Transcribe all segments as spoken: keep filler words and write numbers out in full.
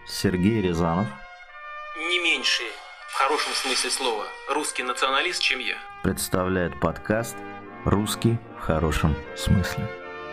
Сергей Рязанов не меньше, в хорошем смысле слова, русский националист, чем я. представляет подкаст «Русский в хорошем смысле».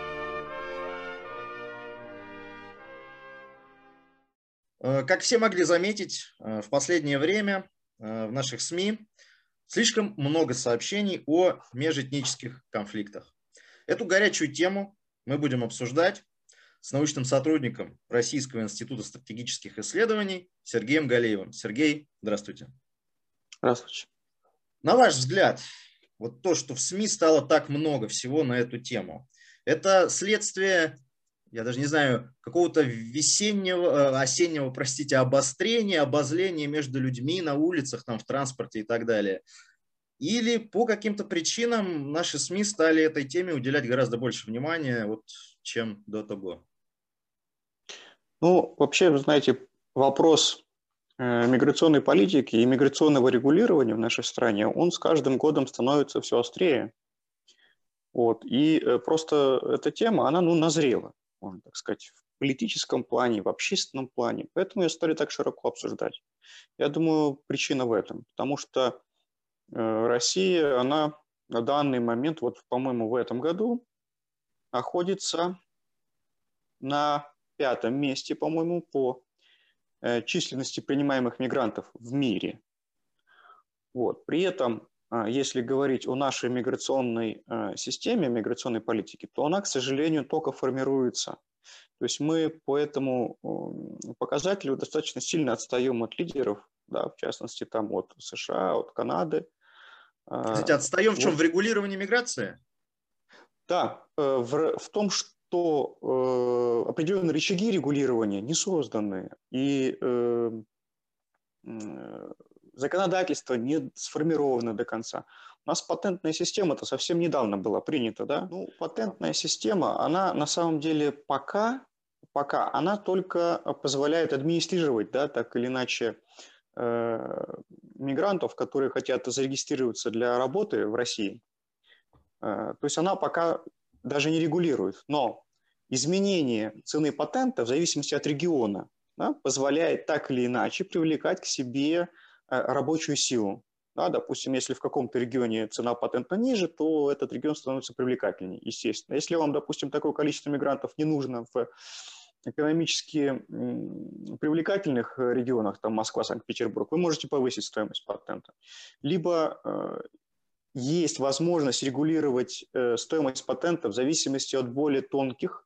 Как все могли заметить, в последнее время в наших СМИ слишком много сообщений о межэтнических конфликтах. Эту горячую тему мы будем обсуждать с научным сотрудником Российского института стратегических исследований Сергеем Галеевым. Сергей, здравствуйте. Здравствуйте. На ваш взгляд, вот то, что в СМИ стало так много всего на эту тему, это следствие, я даже не знаю, какого-то весеннего, осеннего, простите, обострения, обозления между людьми на улицах, там, в транспорте и так далее? Или по каким-то причинам наши СМИ стали этой теме уделять гораздо больше внимания, вот, чем до того? Ну, вообще, вы знаете, вопрос э, миграционной политики и миграционного регулирования в нашей стране, он с каждым годом становится все острее. Вот. И э, просто эта тема, она ну, назрела, можно так сказать, в политическом плане, в общественном плане. Поэтому ее стали так широко обсуждать. Я думаю, причина в этом. Потому что э, Россия, она на данный момент, вот, по-моему, в этом году находится на пятом месте, по-моему, по э, численности принимаемых мигрантов в мире. Вот. При этом, э, если говорить о нашей миграционной э, системе, миграционной политике, то она, к сожалению, только формируется. То есть мы по этому э, показателю достаточно сильно отстаем от лидеров, да, в частности, там, от США, от Канады. Кстати, отстаем в чем? Вот. В регулировании миграции? Да, э, в, в том, что что э, определенные рычаги регулирования не созданы, и э, э, законодательство не сформировано до конца. У нас патентная система-то совсем недавно была принята, да? Ну, патентная система, она на самом деле пока, пока она только позволяет администрировать, да, так или иначе, э, мигрантов, которые хотят зарегистрироваться для работы в России. Э, то есть она пока даже не регулирует, но изменение цены патента в зависимости от региона, да, позволяет так или иначе привлекать к себе э, рабочую силу. Да, допустим, если в каком-то регионе цена патента ниже, то этот регион становится привлекательнее, естественно. Если вам, допустим, такое количество мигрантов не нужно в экономически привлекательных регионах, там Москва, Санкт-Петербург, вы можете повысить стоимость патента. Либо э, есть возможность регулировать э, стоимость патента в зависимости от более тонких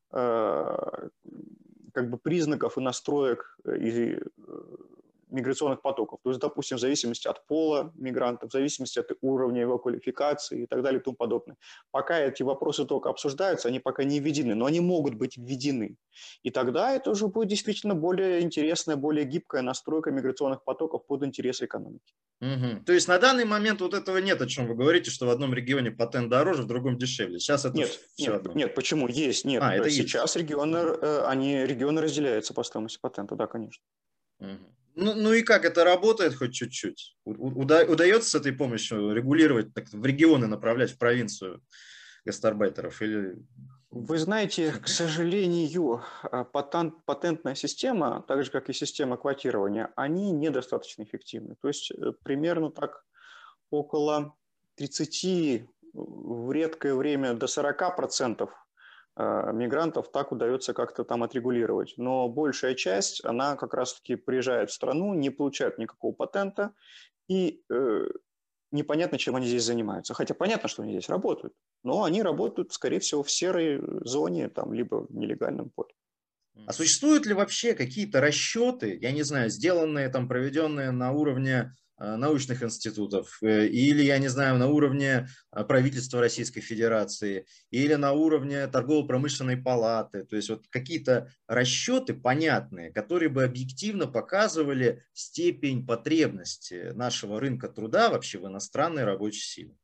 э, как бы признаков и настроек и, э, миграционных потоков. То есть, допустим, в зависимости от пола мигрантов, в зависимости от уровня его квалификации и так далее и тому подобное. Пока эти вопросы только обсуждаются, они пока не введены, но они могут быть введены. И тогда это уже будет действительно более интересная, более гибкая настройка миграционных потоков под интересы экономики. Угу. То есть на данный момент вот этого нет, о чем вы говорите, что в одном регионе патент дороже, в другом дешевле. Сейчас это нет, все нет, одно. Нет, почему? Есть, нет. А, это Сейчас есть. регионы, они, регионы разделяются по стоимости патента, да, конечно. Угу. Ну, ну и как это работает хоть чуть-чуть? Уда- удается с этой помощью регулировать, так, в регионы направлять, в провинцию гастарбайтеров? Или... Вы знаете, к сожалению, патент, патентная система, так же как и система квотирования, они недостаточно эффективны. То есть примерно так около тридцати, в редкое время до сорока процентов мигрантов так удается как-то там отрегулировать. Но большая часть, она как раз-таки приезжает в страну, не получает никакого патента, и э, непонятно, чем они здесь занимаются. Хотя понятно, что они здесь работают, но они работают, скорее всего, в серой зоне, там, либо в нелегальном поле. А существуют ли вообще какие-то расчеты, я не знаю, сделанные, там, проведенные на уровне э, научных институтов, э, или, я не знаю, на уровне э, правительства Российской Федерации, или на уровне торгово-промышленной палаты, то есть вот какие-то расчеты понятные, которые бы объективно показывали степень потребности нашего рынка труда вообще в иностранной рабочей силе?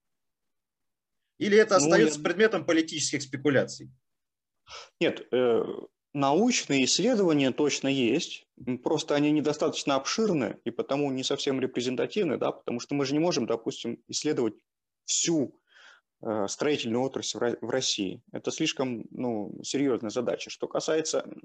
Или это Ну, остается я... предметом политических спекуляций? Нет, э, научные исследования точно есть, просто они недостаточно обширны и потому не совсем репрезентативны, да, потому что мы же не можем, допустим, исследовать всю э, строительную отрасль в России. Это слишком ну, серьезная задача. Что касается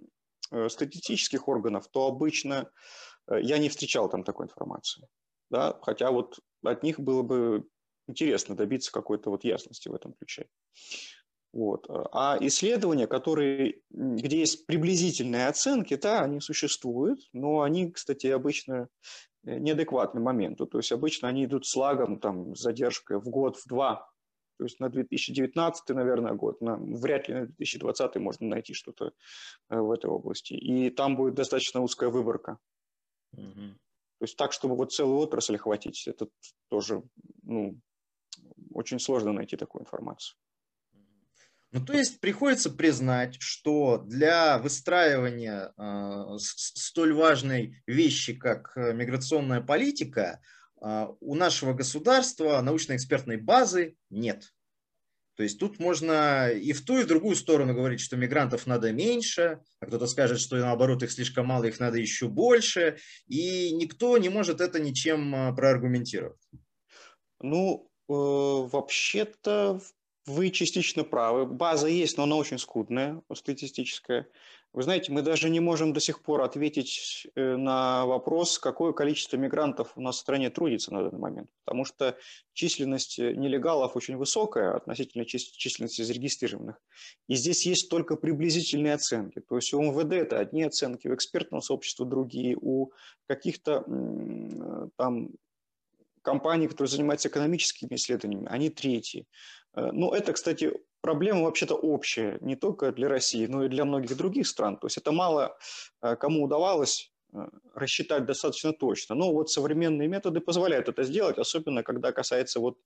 статистических органов, то обычно я не встречал там такой информации. Да? Хотя вот от них было бы интересно добиться какой-то вот ясности в этом ключе. Вот. А исследования, которые, где есть приблизительные оценки, да, они существуют, но они, кстати, обычно неадекватны моменту. То есть обычно они идут с лагом, там, с задержкой в год, в два. То есть на две тысячи девятнадцатый, наверное, год, на, вряд ли на две тысячи двадцатый можно найти что-то в этой области. И там будет достаточно узкая выборка. Mm-hmm. То есть так, чтобы вот целую отрасль охватить, это тоже, ну, очень сложно найти такую информацию. Ну, то есть приходится признать, что для выстраивания э, столь важной вещи, как миграционная политика, э, у нашего государства научно-экспертной базы нет. То есть тут можно и в ту, и в другую сторону говорить, что мигрантов надо меньше, а кто-то скажет, что наоборот их слишком мало, их надо еще больше, и никто не может это ничем проаргументировать. Ну, э, вообще-то вы частично правы. База есть, но она очень скудная, статистическая. Вы знаете, мы даже не можем до сих пор ответить на вопрос, какое количество мигрантов у нас в стране трудится на данный момент. Потому что численность нелегалов очень высокая относительно численности зарегистрированных. И здесь есть только приблизительные оценки. То есть у эм вэ дэ это одни оценки, у экспертного сообщества другие, у каких-то там компаний, которые занимаются экономическими исследованиями, они третьи. Ну, это, кстати, проблема вообще-то общая, не только для России, но и для многих других стран. То есть это мало кому удавалось рассчитать достаточно точно. Но вот современные методы позволяют это сделать, особенно когда касается вот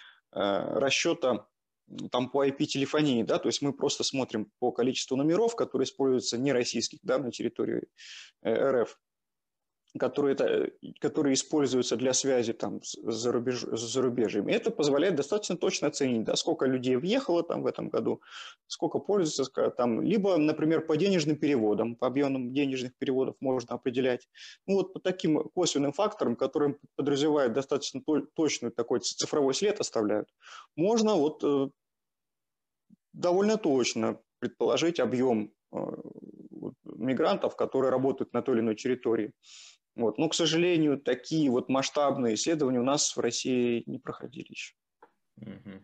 расчета там по ай пи-телефонии, да, то есть мы просто смотрим по количеству номеров, которые используются не российских, да, на территории эр эф, которые, которые используются для связи там, с, зарубеж, с зарубежьем. И это позволяет достаточно точно оценить, да, сколько людей въехало там, в этом году, сколько пользуются, там, либо, например, по денежным переводам, по объемам денежных переводов можно определять. Ну, вот по таким косвенным факторам, которые подразумевают достаточно точный такой цифровой след оставляют, можно вот э, довольно точно предположить объем э, мигрантов, которые работают на той или иной территории. Вот. Но, к сожалению, такие вот масштабные исследования у нас в России не проходили еще. Угу.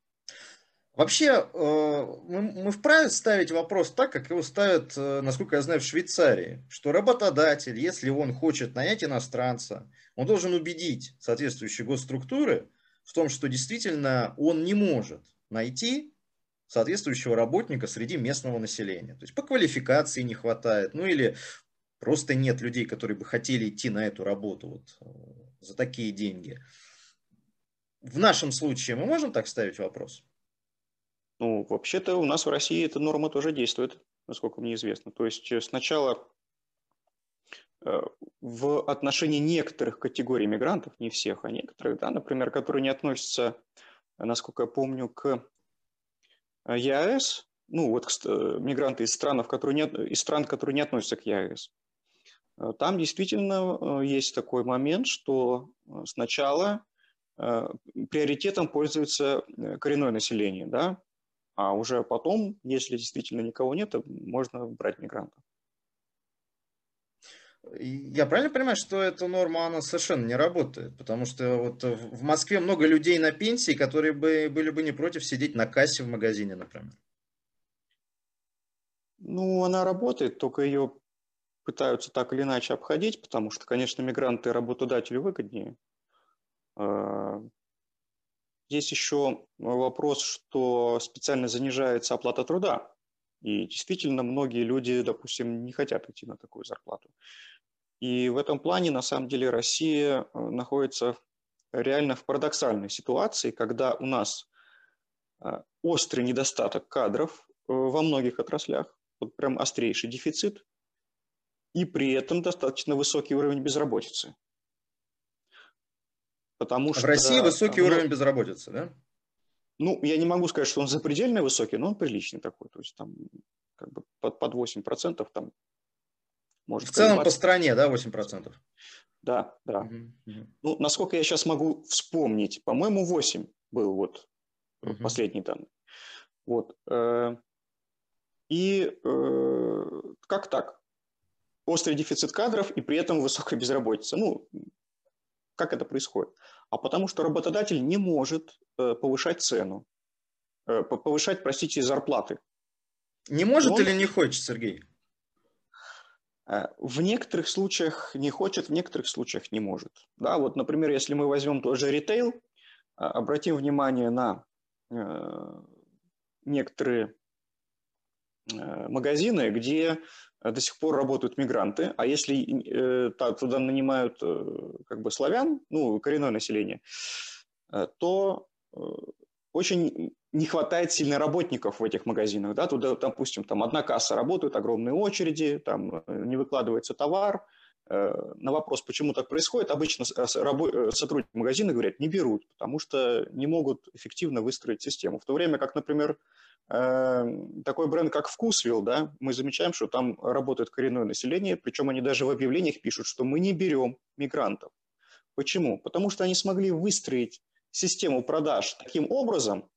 Вообще, мы вправе ставить вопрос так, как его ставят, насколько я знаю, в Швейцарии, что работодатель, если он хочет нанять иностранца, он должен убедить соответствующие госструктуры в том, что действительно он не может найти соответствующего работника среди местного населения. То есть по квалификации не хватает, ну или просто нет людей, которые бы хотели идти на эту работу вот, за такие деньги. В нашем случае мы можем так ставить вопрос? Ну, вообще-то у нас в России эта норма тоже действует, насколько мне известно. То есть сначала в отношении некоторых категорий мигрантов, не всех, а некоторых, да, например, которые не относятся, насколько я помню, к е а эс, ну вот мигранты из стран, которые не, из стран, которые не относятся к е а эс, там действительно есть такой момент, что сначала приоритетом пользуется коренное население, да, а уже потом, если действительно никого нет, можно брать мигрантов. Я правильно понимаю, что эта норма, она совершенно не работает? Потому что вот в Москве много людей на пенсии, которые бы, были бы не против сидеть на кассе в магазине, например. Ну, она работает, только ее пытаются так или иначе обходить, потому что, конечно, мигранты работодателю выгоднее. Есть еще вопрос, что специально занижается оплата труда. И действительно, многие люди, допустим, не хотят идти на такую зарплату. И в этом плане, на самом деле, Россия находится реально в парадоксальной ситуации, когда у нас острый недостаток кадров во многих отраслях, вот прям острейший дефицит, и при этом достаточно высокий уровень безработицы. Потому в что, России высокий ну, уровень безработицы, да? Ну, я не могу сказать, что он запредельно высокий, но он приличный такой. То есть там как бы под, под восемь процентов там может В целом колебаться. по стране, да, восемь процентов? Да, да. Угу, угу. Ну, насколько я сейчас могу вспомнить, по-моему, восемь был вот угу. последний данный. Вот. И как так? острый дефицит кадров и при этом высокая безработица. Ну, как это происходит? А потому что работодатель не может повышать цену, повышать, простите, зарплаты. Не может Он... или не хочет, Сергей? В некоторых случаях не хочет, в некоторых случаях не может. Да, вот, например, если мы возьмем тот же ритейл, обратим внимание на некоторые магазины, где до сих пор работают мигранты, а если туда нанимают как бы славян, ну, коренное население, то очень не хватает сильно работников в этих магазинах. Да? Туда, допустим, там одна касса работает, огромные очереди, там не выкладывается товар. На вопрос, почему так происходит, обычно сотрудники магазина говорят, не берут, потому что не могут эффективно выстроить систему. В то время как, например, такой бренд, как Вкусвилл, да, мы замечаем, что там работает коренное население, причем они даже в объявлениях пишут, что мы не берем мигрантов. Почему? Потому что они смогли выстроить систему продаж таким образом,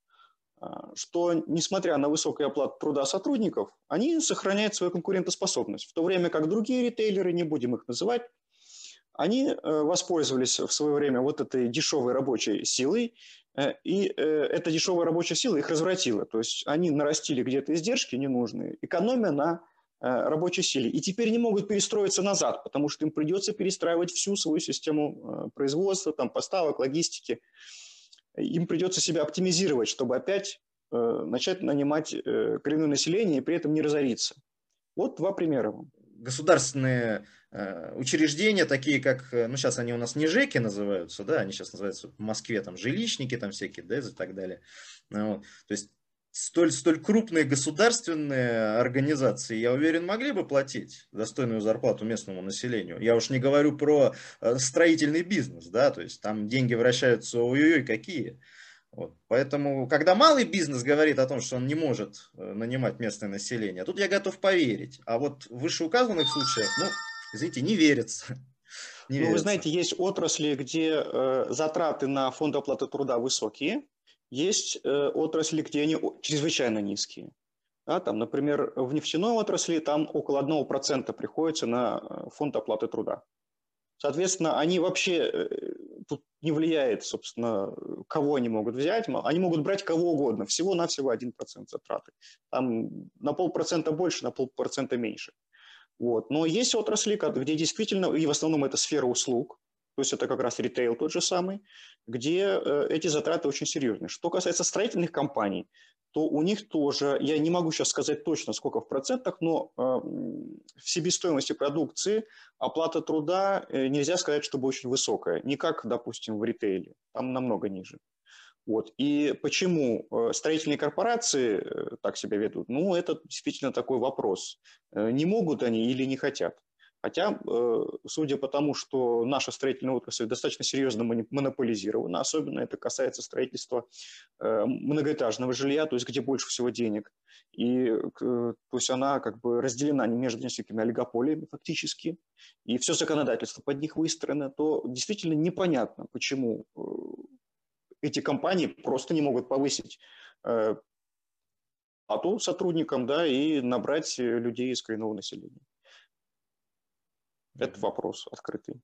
что, несмотря на высокую оплату труда сотрудников, они сохраняют свою конкурентоспособность. В то время как другие ритейлеры, не будем их называть, они воспользовались в свое время вот этой дешевой рабочей силой, и эта дешевая рабочая сила их развратила. То есть они нарастили где-то издержки ненужные, экономя на рабочей силе. И теперь не могут перестроиться назад, потому что им придется перестраивать всю свою систему производства, там, поставок, логистики. Им придется себя оптимизировать, чтобы опять э, начать нанимать э, коренное население и при этом не разориться. Вот два примера. Государственные э, учреждения, такие как, ну сейчас они у нас не ЖЭКи называются, да, они сейчас называются в Москве там жилищники там всякие, да, и так далее. Ну, вот. То есть столь, столь крупные государственные организации, я уверен, могли бы платить достойную зарплату местному населению. Я уж не говорю про строительный бизнес, да, то есть там деньги вращаются ой-ой-ой какие. Вот. Поэтому, когда малый бизнес говорит о том, что он не может нанимать местное население, тут я готов поверить. А вот в вышеуказанных случаях, ну, извините, не верится. Не ну, верится. Вы знаете, есть отрасли, где э, затраты на фонд оплаты труда высокие, есть э, отрасли, где они чрезвычайно низкие. Да, там, например, в нефтяной отрасли там около одного процента приходится на фонд оплаты труда. Соответственно, они вообще э, тут не влияет, собственно, кого они могут взять. Они могут брать кого угодно, всего-навсего один процент затраты. Там на полпроцента больше, на полпроцента меньше. Вот. Но есть отрасли, где действительно, и в основном это сфера услуг, то есть это как раз ритейл тот же самый, где э, эти затраты очень серьезные. Что касается строительных компаний, то у них тоже, я не могу сейчас сказать точно, сколько в процентах, но э, в себестоимости продукции оплата труда э, нельзя сказать, чтобы очень высокая. Не как, допустим, в ритейле, там намного ниже. Вот. И почему строительные корпорации так себя ведут? Ну, это действительно такой вопрос. Не могут они или не хотят? Хотя, судя по тому, что наша строительная отрасль достаточно серьезно монополизирована, особенно это касается строительства многоэтажного жилья, то есть где больше всего денег. И то есть она как бы разделена между несколькими олигополиями фактически, и все законодательство под них выстроено, то действительно непонятно, почему эти компании просто не могут повысить э, оплату сотрудникам, да, и набрать людей из коренного населения. Это вопрос открытый.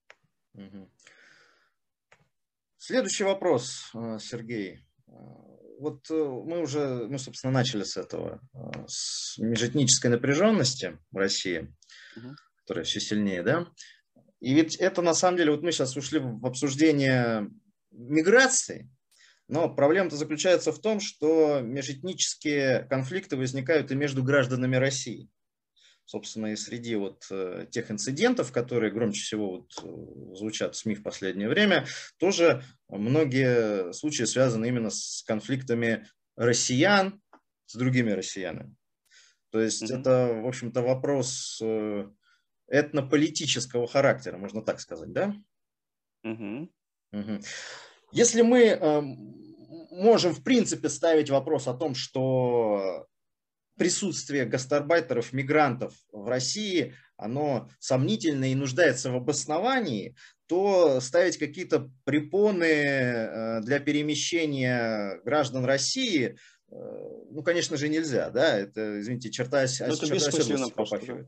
Следующий вопрос, Сергей. Вот мы уже, ну, собственно, начали с этого, с межэтнической напряженности в России, угу. которая все сильнее, да? И ведь это на самом деле, вот мы сейчас ушли в обсуждение миграции, но проблема-то заключается в том, что межэтнические конфликты возникают и между гражданами России. Собственно, и среди вот тех инцидентов, которые громче всего вот звучат в СМИ в последнее время, тоже многие случаи связаны именно с конфликтами россиян с другими россиянами. То есть mm-hmm. это, в общем-то, вопрос этнополитического характера, можно так сказать, да? Mm-hmm. Если мы э, можем, в принципе, ставить вопрос о том, что присутствие гастарбайтеров, мигрантов в России, оно сомнительно и нуждается в обосновании, то ставить какие-то препоны э, для перемещения граждан России, э, ну, конечно же, нельзя, да, это, извините, черта, черта оседлости попахивает.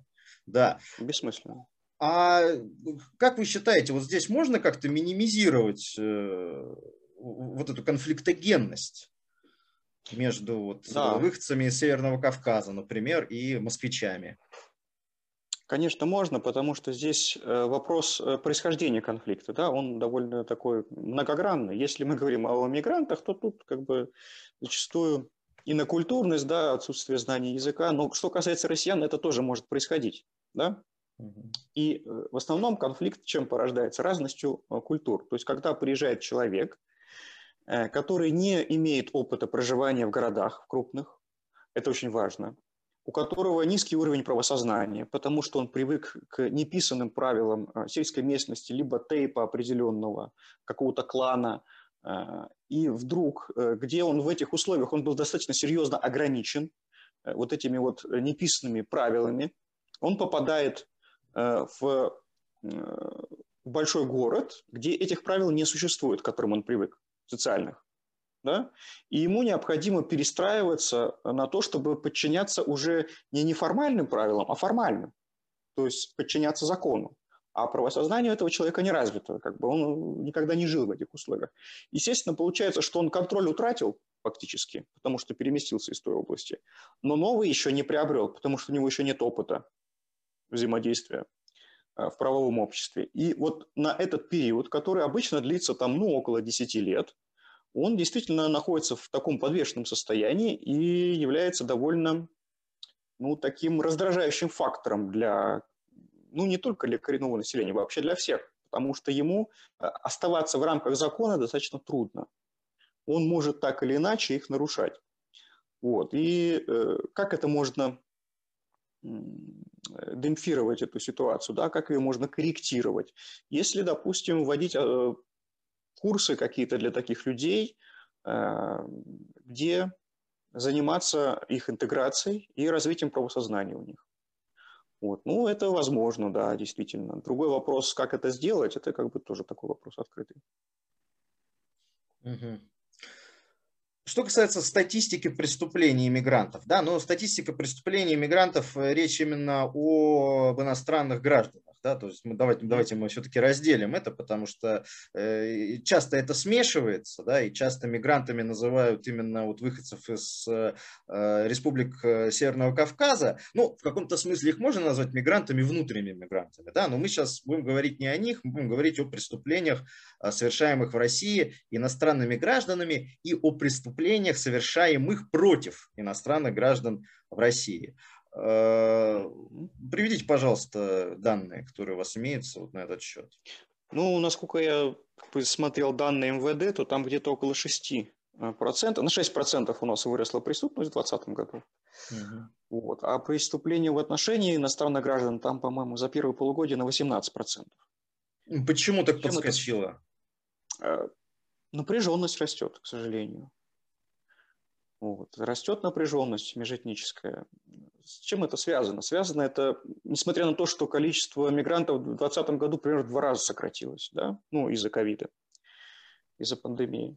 Да. Бессмысленно. А как вы считаете, вот здесь можно как-то минимизировать э, вот эту конфликтогенность между вот Да. выходцами из Северного Кавказа, например, и москвичами? Конечно, можно, потому что здесь вопрос происхождения конфликта, да, он довольно такой многогранный. Если мы говорим о мигрантах, то тут как бы зачастую инокультурность, да, отсутствие знаний языка. Но что касается россиян, это тоже может происходить, да. И в основном конфликт чем порождается? Разностью культур. То есть когда приезжает человек, который не имеет опыта проживания в городах в крупных, это очень важно, у которого низкий уровень правосознания, потому что он привык к неписанным правилам сельской местности, либо тейпа определенного, какого-то клана, и вдруг, где он в этих условиях, он был достаточно серьезно ограничен вот этими вот неписанными правилами, он попадает в большой город, где этих правил не существует, к которым он привык, социальных. Да? И ему необходимо перестраиваться на то, чтобы подчиняться уже не неформальным правилам, а формальным. То есть подчиняться закону. А правосознание этого человека не развито. Как бы он никогда не жил в этих условиях. Естественно, получается, что он контроль утратил фактически, потому что переместился из той области. Но новый еще не приобрел, потому что у него еще нет опыта взаимодействия в правовом обществе. И вот на этот период, который обычно длится там, ну, около десяти лет, он действительно находится в таком подвешенном состоянии и является довольно, ну, таким раздражающим фактором для, ну, не только для коренного населения, вообще для всех, потому что ему оставаться в рамках закона достаточно трудно. Он может так или иначе их нарушать. Вот. И э, как это можно демпфировать эту ситуацию, да, как ее можно корректировать? Если, допустим, вводить э, курсы какие-то для таких людей, где заниматься их интеграцией и развитием правосознания у них. Вот. Ну, это возможно, да, действительно. Другой вопрос, как это сделать, это как бы тоже такой вопрос открытый. Угу. Что касается статистики преступлений иммигрантов, да, но статистика преступлений иммигрантов, речь именно об иностранных гражданах, да, то есть мы, давайте, давайте мы все-таки разделим это, потому что э, часто это смешивается, да, и часто мигрантами называют именно вот выходцев из э, республик Северного Кавказа. Ну, в каком-то смысле их можно назвать мигрантами, внутренними мигрантами, да, но мы сейчас будем говорить не о них, мы будем говорить о преступлениях, совершаемых в России иностранными гражданами, и о преступлениях, совершаемых против иностранных граждан в России. Приведите, пожалуйста, данные, которые у вас имеются вот на этот счет. Ну, насколько я смотрел данные эм вэ дэ, то там где-то около шести процентов, на шесть процентов у нас выросла преступность в двадцатом году. Угу. Вот. А преступления в отношении иностранных граждан там, по-моему, за первое полугодие на восемнадцать процентов. Почему так подскочило? Это... Напряженность растет, к сожалению. Вот. Растет напряженность межэтническая. С чем это связано? Связано это, несмотря на то, что количество мигрантов в двадцатом году примерно в два раза сократилось, да? Ну, из-за ковида, из-за пандемии.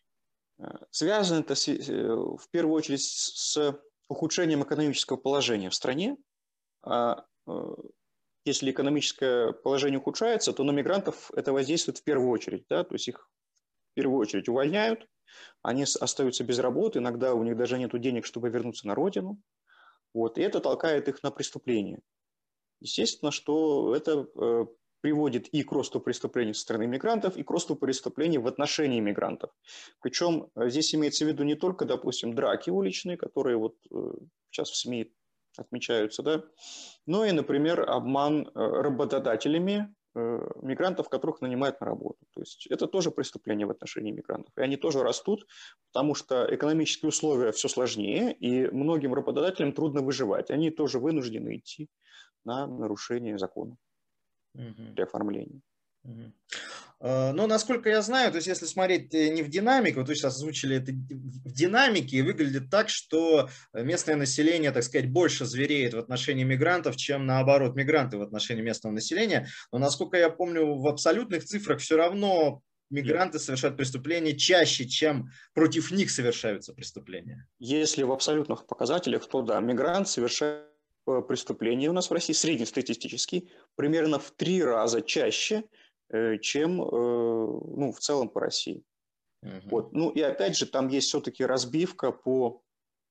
Связано это в первую очередь с ухудшением экономического положения в стране. А если экономическое положение ухудшается, то на мигрантов это воздействует в первую очередь, да? То есть их в первую очередь увольняют, они остаются без работы, иногда у них даже нет денег, чтобы вернуться на родину. Вот, и это толкает их на преступление. Естественно, что это э, приводит и к росту преступлений со стороны мигрантов, и к росту преступлений в отношении мигрантов. Причем здесь имеется в виду не только, допустим, драки уличные, которые вот э, сейчас в СМИ отмечаются, да, но и, например, обман э, работодателями мигрантов, которых нанимают на работу. То есть это тоже преступление в отношении мигрантов. И они тоже растут, потому что экономические условия все сложнее, и многим работодателям трудно выживать. Они тоже вынуждены идти на нарушение закона угу. при оформлении. Угу. Но, насколько я знаю, то есть если смотреть не в динамику, вот вы сейчас озвучили это в динамике, и выглядит так, что местное население, так сказать, больше звереет в отношении мигрантов, чем наоборот мигранты в отношении местного населения. Но, насколько я помню, в абсолютных цифрах все равно мигранты совершают преступления чаще, чем против них совершаются преступления. Если в абсолютных показателях, то да, мигрант совершает э, преступлений у нас в России, среднестатистический, примерно в три раза чаще, э, чем э, ну, в целом по России. Мгм. Вот. Ну и опять же, там есть все-таки разбивка по,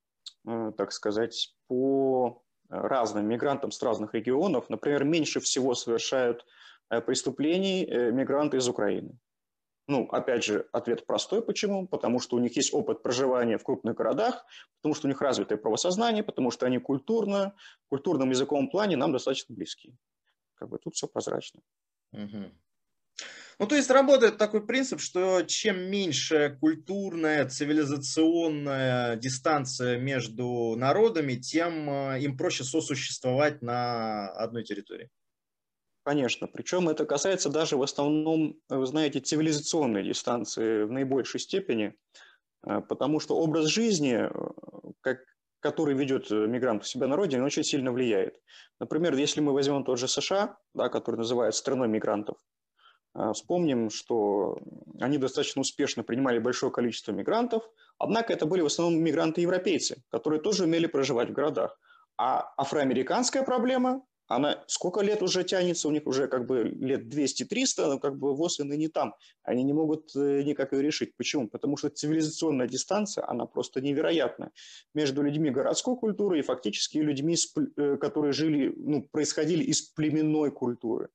э, так сказать, по разным мигрантам с разных регионов. Например, меньше всего совершают э, преступлений э, мигранты из Украины. Ну, опять же, ответ простой. Почему? Потому что у них есть опыт проживания в крупных городах, потому что у них развитое правосознание, потому что они культурно, в культурном языковом плане нам достаточно близки. Как бы тут все прозрачно. Мгм. Ну, то есть работает такой принцип, что чем меньше культурная, цивилизационная дистанция между народами, тем э, им проще сосуществовать на одной территории. Конечно. Причем это касается даже в основном, вы знаете, цивилизационной дистанции в наибольшей степени, э, потому что образ жизни, э, как, который ведет э, мигрант у себя на родине, он очень сильно влияет. Например, если мы возьмем тот же США, да, который называют страной мигрантов, э, вспомним, что они достаточно успешно принимали большое количество мигрантов, однако это были в основном мигранты-европейцы, которые тоже умели проживать в городах. А афроамериканская проблема, она сколько лет уже тянется, у них уже как бы лет двести-триста, но как бы ВОЗ и ныне там. Они не могут э, никак ее решить. Почему? Потому что цивилизационная дистанция, она просто невероятна между людьми городской культуры и фактически людьми, которые жили, ну, происходили из племенной культуры.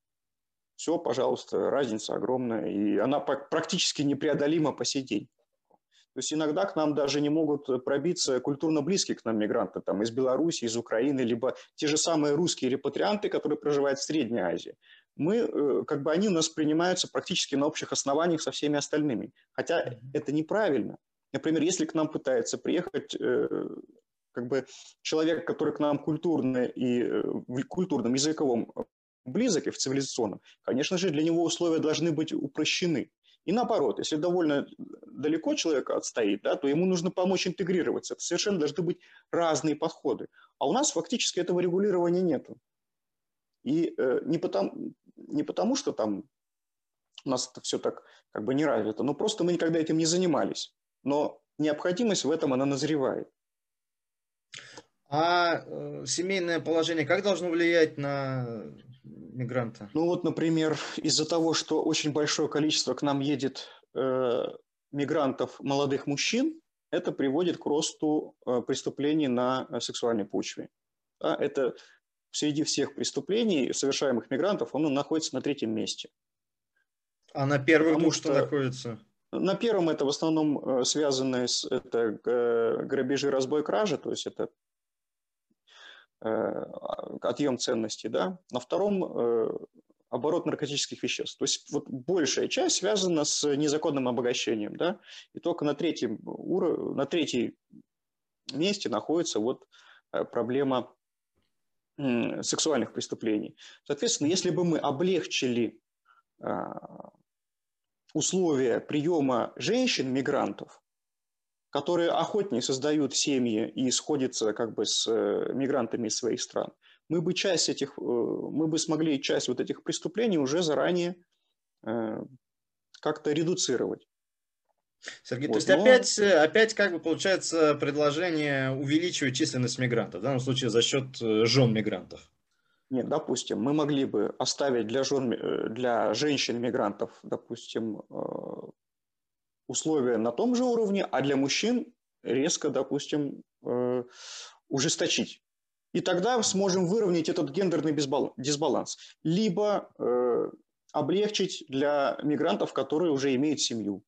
Все, пожалуйста, разница огромная, и она практически непреодолима по сей день. То есть иногда к нам даже не могут пробиться культурно близкие к нам мигранты, там, из Беларуси, из Украины, либо те же самые русские репатрианты, которые проживают в Средней Азии. Мы, как бы они у нас принимаются практически на общих основаниях со всеми остальными. Хотя это неправильно. Например, если к нам пытается приехать как бы человек, который к нам культурно и в культурном, языковом близок и в цивилизационном, конечно же, для него условия должны быть упрощены. И наоборот, если довольно далеко человек отстоит, да, то ему нужно помочь интегрироваться. Это совершенно должны быть разные подходы. А у нас фактически этого регулирования нету. И э, не, потому, не потому, что там у нас это все так как бы не развито, но просто мы никогда этим не занимались. Но необходимость в этом, она назревает. А э, семейное положение как должно влиять на мигранта? Ну вот, например, из-за того, что очень большое количество к нам едет э, мигрантов, молодых мужчин, это приводит к росту э, преступлений на сексуальной почве. Да, это среди всех преступлений, совершаемых мигрантов, он находится на третьем месте. А на первых Потому двух что что находится? на первом это в основном связанные с это, грабежи, разбой, кражи, то есть это отъем ценностей, да. На втором оборот наркотических веществ. То есть вот большая часть связана с незаконным обогащением, да, и только на третьем, уровне, на третьем месте находится вот проблема сексуальных преступлений. Соответственно, если бы мы облегчили условия приема женщин-мигрантов, которые охотнее создают семьи и сходятся как бы с мигрантами из своих стран, мы бы часть этих, мы бы смогли часть вот этих преступлений уже заранее как-то редуцировать. Сергей, вот, то есть но... опять, опять как бы получается предложение увеличивать численность мигрантов, в данном случае за счет жен мигрантов. Нет, допустим, мы могли бы оставить для, жен, для женщин-мигрантов, допустим, условия на том же уровне, а для мужчин резко, допустим, ужесточить. И тогда сможем выровнять этот гендерный дисбаланс. Либо э, облегчить для мигрантов, которые уже имеют семью.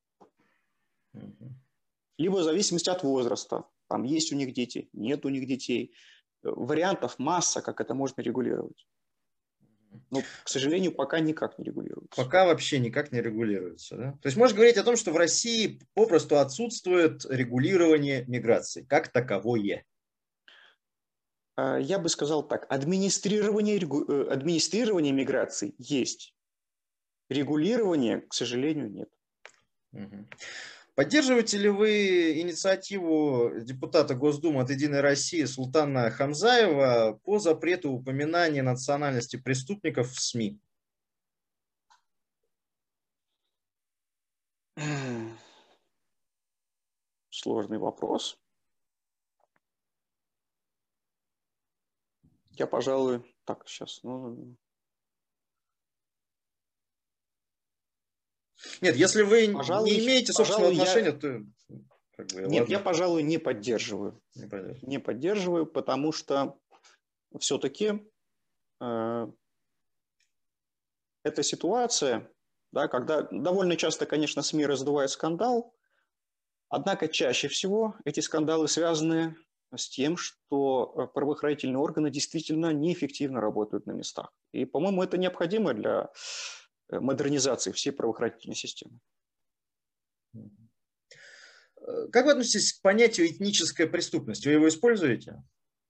Либо в зависимости от возраста. Там есть у них дети, нет у них детей. Вариантов масса, как это можно регулировать. Но, к сожалению, пока никак не регулируется. Пока вообще никак не регулируется. Да? То есть можно говорить о том, что в России попросту отсутствует регулирование миграции как таковое. Я бы сказал так. Администрирование, администрирование миграции есть. Регулирования, к сожалению, нет. Угу. Поддерживаете ли вы инициативу депутата Госдумы от «Единой России» Султана Хамзаева по запрету упоминания национальности преступников в СМИ? Сложный вопрос. Я, пожалуй, так, сейчас. Ну... Нет, если вы Пожалуй, не имеете собственного пожалуй, отношения, я... то... Как бы, Нет, ладно. я, пожалуй, не поддерживаю. Не поддерживаю. Не поддерживаю, потому что все-таки э, эта ситуация, да, когда довольно часто, конечно, СМИ раздувают скандал, однако чаще всего эти скандалы связаны с тем, что правоохранительные органы действительно неэффективно работают на местах. И, по-моему, это необходимо для модернизации всей правоохранительной системы. Как вы относитесь к понятию этническая преступность? Вы его используете?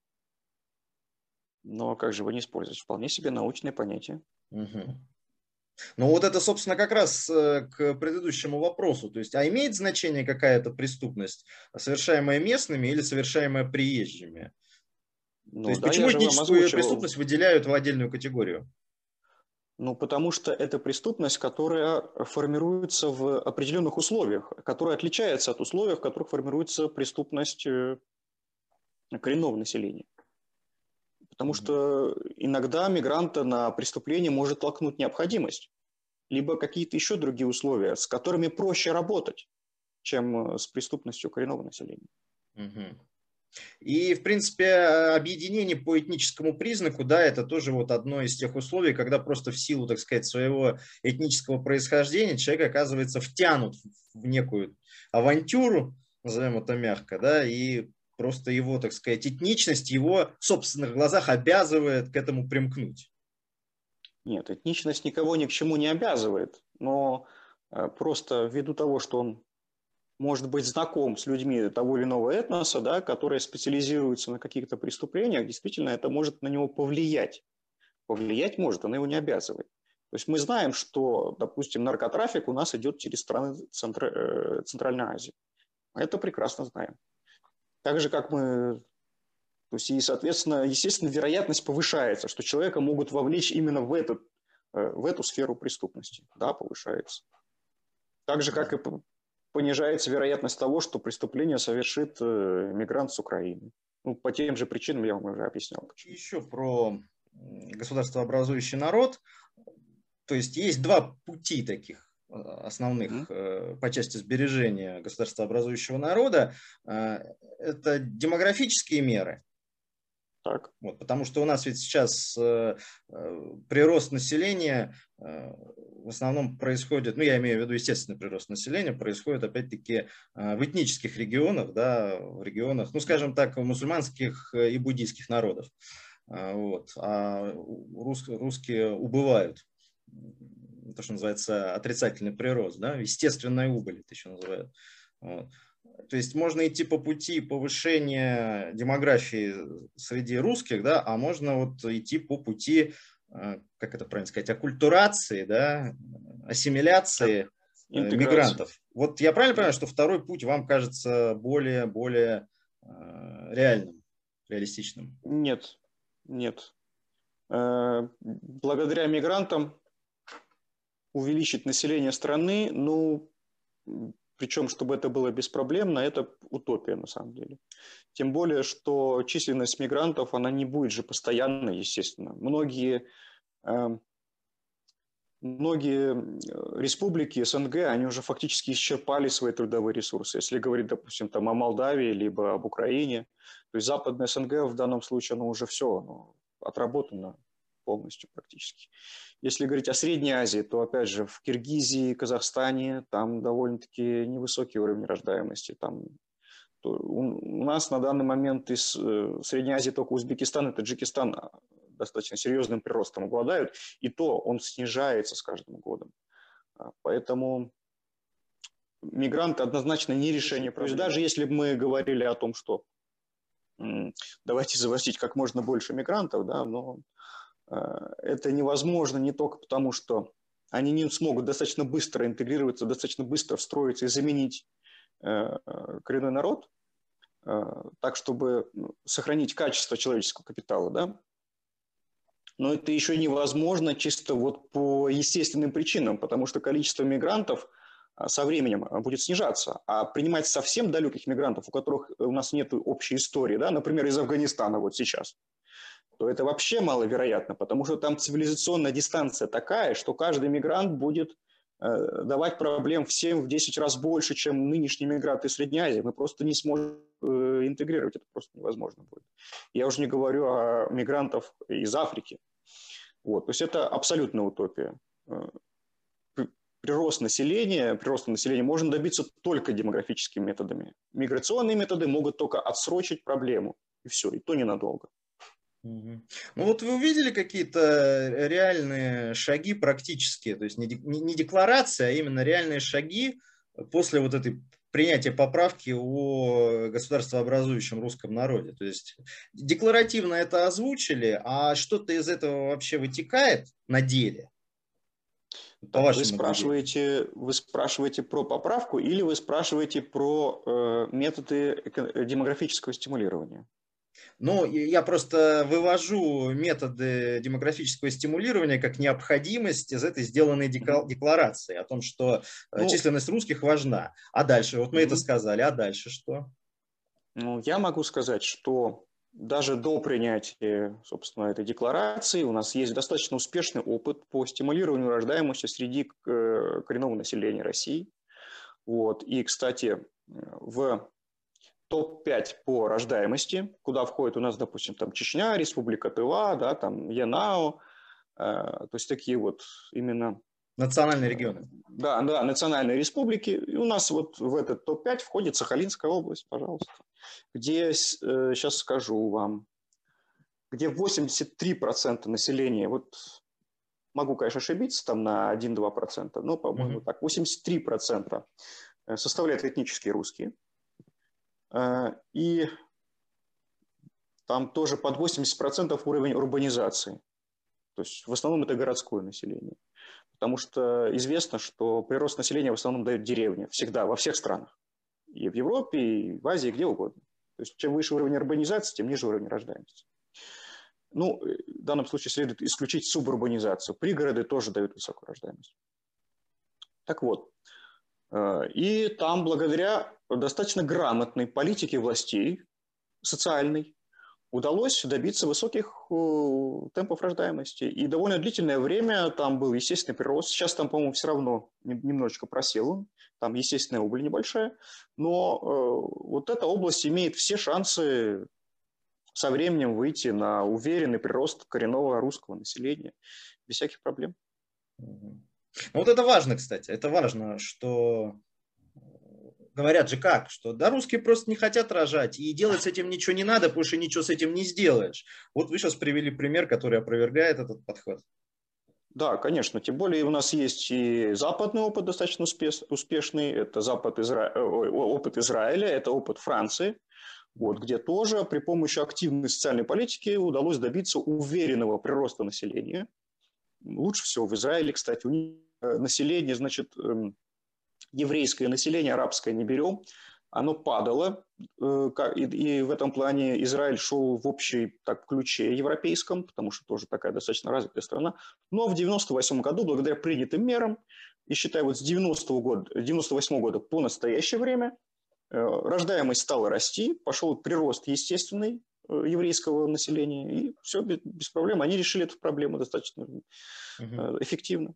Но как же вы не используете? Вполне себе научное понятие. Угу. Ну вот это, собственно, как раз к предыдущему вопросу. То есть, а имеет значение какая-то преступность, совершаемая местными или совершаемая приезжими? Ну, То есть, да, почему этническую преступность выделяют в отдельную категорию? Ну, потому что это преступность, которая формируется в определенных условиях, которая отличается от условий, в которых формируется преступность коренного населения. Потому что иногда мигранта на преступление может толкнуть необходимость, либо какие-то еще другие условия, с которыми проще работать, чем с преступностью коренного населения. Угу. И, в принципе, объединение по этническому признаку, да, это тоже вот одно из тех условий, когда просто в силу, так сказать, своего этнического происхождения человек оказывается втянут в некую авантюру, назовем это мягко, да, и просто его, так сказать, этничность его в собственных глазах обязывает к этому примкнуть. Нет, этничность никого ни к чему не обязывает, но просто ввиду того, что он может быть знаком с людьми того или иного этноса, да, которые специализируются на каких-то преступлениях, действительно это может на него повлиять. Повлиять может, она его не обязывает. То есть мы знаем, что, допустим, наркотрафик у нас идет через страны Центр... Центральной Азии. Мы это прекрасно знаем. Так же, как мы... То есть, и, соответственно, естественно, вероятность повышается, что человека могут вовлечь именно в, этот, в эту сферу преступности. Да, повышается. Так же, как и понижается вероятность того, что преступление совершит мигрант с Украины. Ну, по тем же причинам я вам уже объяснял. Почему. Еще про государствообразующий народ. То есть есть два пути таких основных mm-hmm. по части сбережения государствообразующего народа. Это демографические меры. Так. Вот, потому что у нас ведь сейчас э, прирост населения э, в основном происходит, ну я имею в виду естественный прирост населения, происходит опять-таки э, в этнических регионах, да, в регионах, ну скажем так, мусульманских и буддийских народов. Э, вот, а рус, русские убывают. То, что называется отрицательный прирост, да, естественная убыль это еще называют. Вот. То есть можно идти по пути повышения демографии среди русских, да, а можно вот идти по пути, как это правильно сказать, оккультурации, да, ассимиляции Интеграция. Мигрантов. Вот я правильно понимаю, что второй путь вам кажется более, более реальным, реалистичным? Нет, нет. Благодаря мигрантам увеличить население страны, ну, причем, чтобы это было беспроблемно, это утопия на самом деле. Тем более, что численность мигрантов, она не будет же постоянной, естественно. Многие, э, многие республики СНГ, они уже фактически исчерпали свои трудовые ресурсы. Если говорить, допустим, там, о Молдавии, либо об Украине, то есть западная СНГ в данном случае, оно уже все оно отработано полностью практически. Если говорить о Средней Азии, то, опять же, в Киргизии, Казахстане, там довольно-таки невысокий уровень рождаемости. Там, то, у, у нас на данный момент из э, Средней Азии только Узбекистан и Таджикистан достаточно серьезным приростом обладают, и то он снижается с каждым годом. Поэтому мигранты однозначно не решение. То есть даже если бы мы говорили о том, что м, давайте завозить как можно больше мигрантов, да, но это невозможно не только потому, что они не смогут достаточно быстро интегрироваться, достаточно быстро встроиться и заменить коренной народ, так, чтобы сохранить качество человеческого капитала, да? Но это еще невозможно чисто вот по естественным причинам, потому что количество мигрантов со временем будет снижаться, а принимать совсем далеких мигрантов, у которых у нас нет общей истории, да, например, из Афганистана вот сейчас, то это вообще маловероятно, потому что там цивилизационная дистанция такая, что каждый мигрант будет э, давать проблем в семь-десять раз больше, чем нынешние мигранты из Средней Азии. Мы просто не сможем э, интегрировать, это просто невозможно будет. Я уже не говорю о мигрантах из Африки. Вот, то есть это абсолютная утопия. Прирост населения, прироста населения можно добиться только демографическими методами. Миграционные методы могут только отсрочить проблему. И все, и то ненадолго. Угу. Ну вот вы увидели какие-то реальные шаги практические, то есть не, не, не декларация, а именно реальные шаги после вот этой принятия поправки о государствообразующем русском народе. То есть декларативно это озвучили, а что-то из этого вообще вытекает на деле? По вы, спрашиваете, вы спрашиваете про поправку или вы спрашиваете про э, методы демографического стимулирования? Ну, я просто вывожу методы демографического стимулирования как необходимость из этой сделанной декларации о том, что ну, численность русских важна. А дальше, вот мы угу. это сказали, а дальше что? Ну, я могу сказать, что даже до принятия, собственно, этой декларации у нас есть достаточно успешный опыт по стимулированию рождаемости среди коренного населения России. Вот. И, кстати, в топ пять по рождаемости, куда входит у нас, допустим, там Чечня, Республика Тыва, да, там Янао, э, то есть такие вот именно... Национальные регионы. Да, да, национальные республики. И у нас вот в этот топ пять входит Сахалинская область, пожалуйста, где, э, сейчас скажу вам, где восемьдесят три процента населения, вот могу, конечно, ошибиться там на один-два процента, но, по-моему, mm-hmm. так, восемьдесят три процента составляют этнические русские. И там тоже под восемьдесят процентов уровень урбанизации. То есть в основном это городское население. Потому что известно, что прирост населения в основном дает деревни. Всегда, во всех странах. И в Европе, и в Азии, где угодно. То есть чем выше уровень урбанизации, тем ниже уровень рождаемости. Ну, в данном случае следует исключить субурбанизацию. Пригороды тоже дают высокую рождаемость. Так вот. И там благодаря достаточно грамотной политике властей, социальной, удалось добиться высоких темпов рождаемости. И довольно длительное время там был естественный прирост. Сейчас там, по-моему, все равно немножечко просел он. Там естественная убыль небольшая. Но вот эта область имеет все шансы со временем выйти на уверенный прирост коренного русского населения без всяких проблем. Вот это важно, кстати, это важно, что говорят же как, что да, русские просто не хотят рожать, и делать с этим ничего не надо, потому что ничего с этим не сделаешь. Вот вы сейчас привели пример, который опровергает этот подход. Да, конечно, тем более у нас есть и западный опыт достаточно успешный, это запад Изра... опыт Израиля, это опыт Франции, вот, где тоже при помощи активной социальной политики удалось добиться уверенного прироста населения. Лучше всего в Израиле, кстати, у них население, значит, еврейское население, арабское не берем, оно падало, и в этом плане Израиль шел в общей так, ключе европейском, потому что тоже такая достаточно развитая страна. Но в девяносто восьмом году, благодаря принятым мерам, и считай, вот с девяностого года, девяносто восьмого года по настоящее время, рождаемость стала расти, пошел прирост естественный еврейского населения, и все без, без проблем. Они решили эту проблему достаточно угу. эффективно.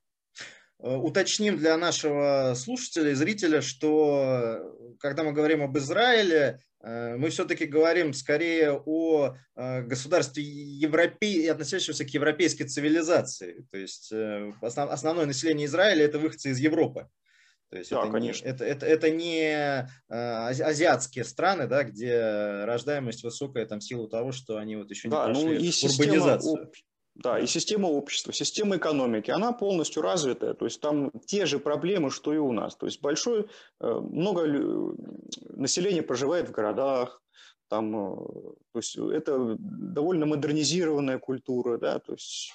Уточним для нашего слушателя и зрителя, что когда мы говорим об Израиле, мы все-таки говорим скорее о государстве европе... относящемся к европейской цивилизации. То есть основ... основное население Израиля – это выходцы из Европы. То есть да, это, конечно. Не, это, это, это не азиатские страны, да, где рождаемость высокая там, в силу того, что они вот еще не да, прошли ну и урбанизацию. Об... Да, и система общества, система экономики, она полностью развитая. То есть там те же проблемы, что и у нас. То есть большое, много населения проживает в городах. Там, то есть это довольно модернизированная культура, да, то есть...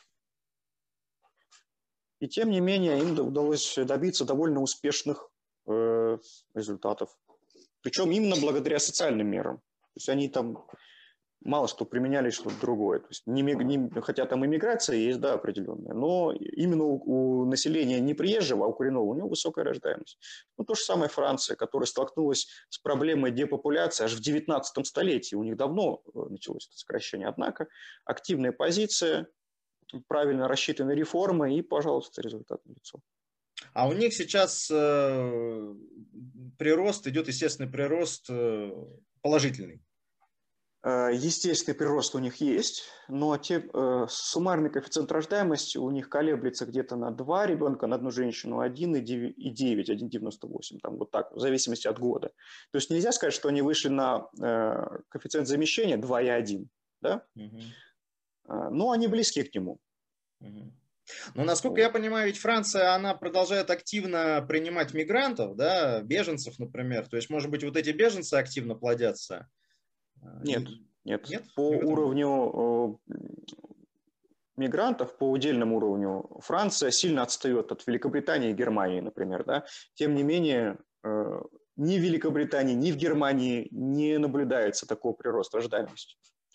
И тем не менее им удалось добиться довольно успешных э, результатов. Причем именно благодаря социальным мерам. То есть они там мало что применяли что-то другое. То есть не, не, хотя там иммиграция есть, да, определенная, но именно у, у населения не приезжего, а у коренного, у него высокая рождаемость. Ну, то же самое Франция, которая столкнулась с проблемой депопуляции аж в девятнадцатом столетии. У них давно началось это сокращение. Однако активная позиция, правильно рассчитанные реформы и, пожалуйста, результат налицо. А у них сейчас э, прирост, идет естественный прирост э, положительный. Естественный прирост у них есть, но те, э, суммарный коэффициент рождаемости у них колеблется где-то на два ребенка на одну женщину, один и девять, один целых девяносто восемь, там вот так, в зависимости от года. То есть нельзя сказать, что они вышли на э, коэффициент замещения два и один, да? Угу. Но они близки к нему. Угу. Ну, насколько я понимаю, ведь Франция, она продолжает активно принимать мигрантов, да, беженцев, например. То есть, может быть, вот эти беженцы активно плодятся? Нет, нет. нет. По уровню э, мигрантов, по удельному уровню, Франция сильно отстает от Великобритании и Германии, например. Да? Тем не менее, э, ни в Великобритании, ни в Германии не наблюдается такого прироста рождаемости.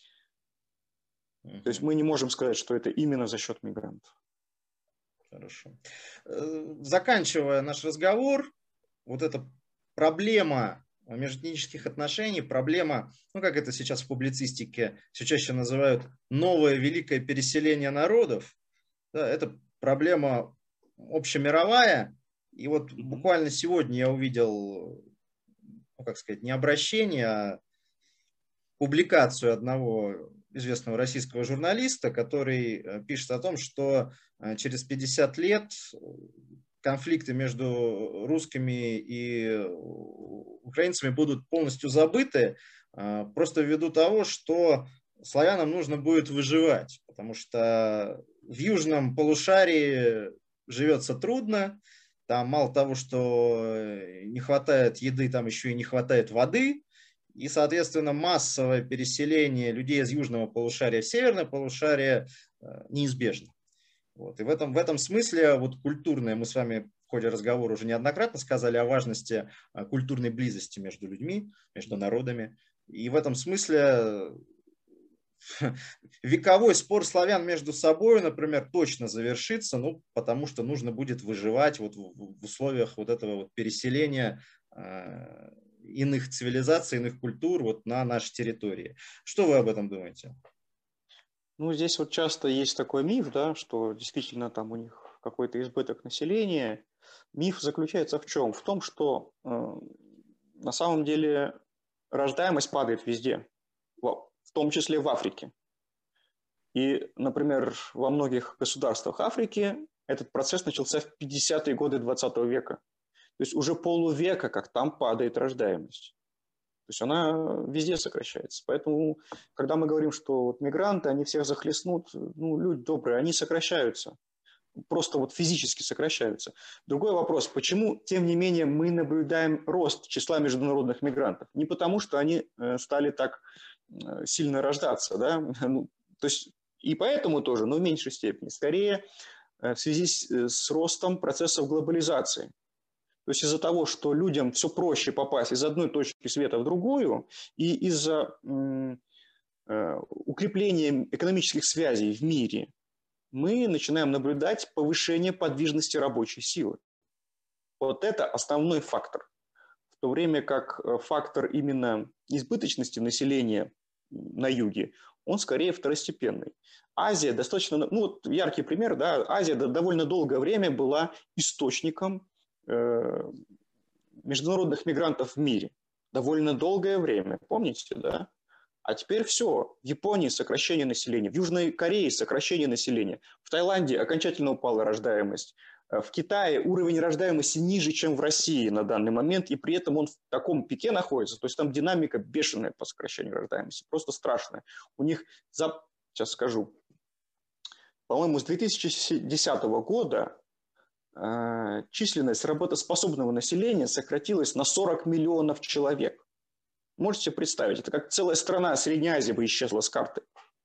Uh-huh. То есть мы не можем сказать, что это именно за счет мигрантов. Хорошо. Заканчивая наш разговор, вот эта проблема межэтнических отношений, проблема, ну как это сейчас в публицистике все чаще называют, новое великое переселение народов, да, это проблема общемировая. И вот mm-hmm. буквально сегодня я увидел, ну как сказать, не обращение, а публикацию одного известного российского журналиста, который пишет о том, что через пятьдесят лет конфликты между русскими и украинцами будут полностью забыты, просто ввиду того, что славянам нужно будет выживать, потому что в южном полушарии живется трудно, там мало того, что не хватает еды, там еще и не хватает воды, и, соответственно, массовое переселение людей из южного полушария в северное полушарие неизбежно. Вот. И в этом, в этом смысле вот культурное, мы с вами в ходе разговора уже неоднократно сказали о важности культурной близости между людьми, между народами. И в этом смысле вековой спор славян между собой, например, точно завершится, ну, потому что нужно будет выживать вот в, в условиях вот этого вот переселения э, иных цивилизаций, иных культур вот на нашей территории. Что вы об этом думаете? Ну, здесь вот часто есть такой миф, да, что действительно там у них какой-то избыток населения. Миф заключается в чем? В том, что э, на самом деле рождаемость падает везде, в, в том числе в Африке. И, например, во многих государствах Африки этот процесс начался в пятидесятые годы двадцатого века. То есть уже полувека, как там падает рождаемость. То есть она везде сокращается. Поэтому, когда мы говорим, что вот мигранты, они всех захлестнут, ну, люди добрые, они сокращаются. Просто вот физически сокращаются. Другой вопрос, почему, тем не менее, мы наблюдаем рост числа международных мигрантов? Не потому, что они стали так сильно рождаться, да? Ну, то есть и поэтому тоже, но в меньшей степени. Скорее, в связи с, с ростом процессов глобализации. То есть из-за того, что людям все проще попасть из одной точки света в другую, и из-за э, укрепления экономических связей в мире, мы начинаем наблюдать повышение подвижности рабочей силы. Вот это основной фактор. В то время как фактор именно избыточности населения на юге, он скорее второстепенный. Азия достаточно, ну вот яркий пример, да, Азия довольно долгое время была источником международных мигрантов в мире. Довольно долгое время, помните, да? А теперь все. В Японии сокращение населения, в Южной Корее сокращение населения, в Таиланде окончательно упала рождаемость, в Китае уровень рождаемости ниже, чем в России на данный момент, и при этом он в таком пике находится, то есть там динамика бешеная по сокращению рождаемости, просто страшная. У них, за, сейчас скажу, по-моему, с две тысячи десятого года численность работоспособного населения сократилась на сорок миллионов человек. Можете себе представить, это как целая страна Средней Азии бы исчезла с карты.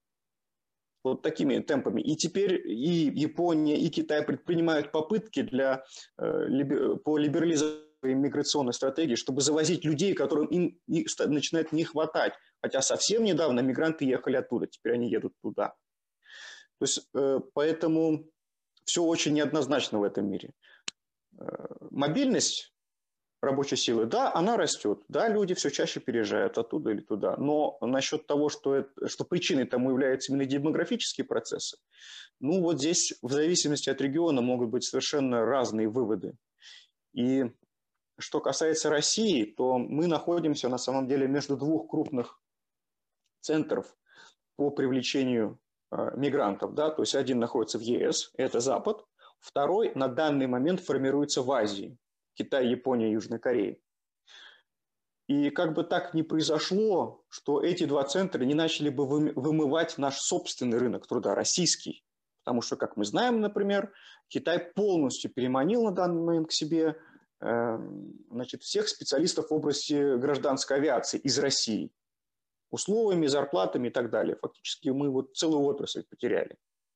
Вот такими темпами. И теперь и Япония, и Китай предпринимают попытки для, по либерализации миграционной стратегии, чтобы завозить людей, которым им начинает не хватать. Хотя совсем недавно мигранты ехали оттуда, теперь они едут туда. То есть, поэтому все очень неоднозначно в этом мире. Мобильность рабочей силы, да, она растет, да, люди все чаще переезжают оттуда или туда, но насчет того, что, это, что причиной тому являются именно демографические процессы, ну вот здесь в зависимости от региона могут быть совершенно разные выводы. И что касается России, то мы находимся на самом деле между двух крупных центров по привлечению э, мигрантов, да, то есть один находится в е эс, это Запад, второй на данный момент формируется в Азии, Китай, Япония, Южная Корея. И как бы так ни произошло, что эти два центра не начали бы вымывать наш собственный рынок труда, российский. Потому что, как мы знаем, например, Китай полностью переманил на данный момент к себе э, значит, всех специалистов в области гражданской авиации из России. Условиями, зарплатами и так далее. Фактически мы вот целую отрасль потеряли.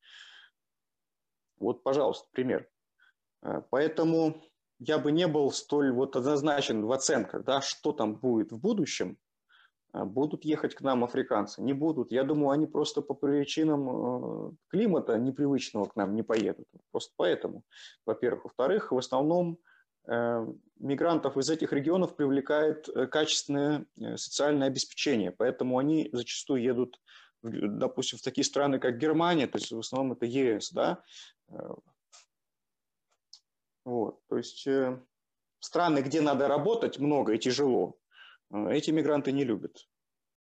Вот, пожалуйста, пример. Поэтому я бы не был столь вот однозначен в оценках, да, что там будет в будущем. Будут ехать к нам африканцы? Не будут. Я думаю, они просто по причинам климата непривычного к нам не поедут. Просто поэтому, во-первых. Во-вторых, в основном мигрантов из этих регионов привлекает качественное социальное обеспечение. Поэтому они зачастую едут, допустим, в такие страны, как Германия, то есть в основном это е эс, да. Вот, то есть страны, где надо работать много и тяжело, эти мигранты не любят.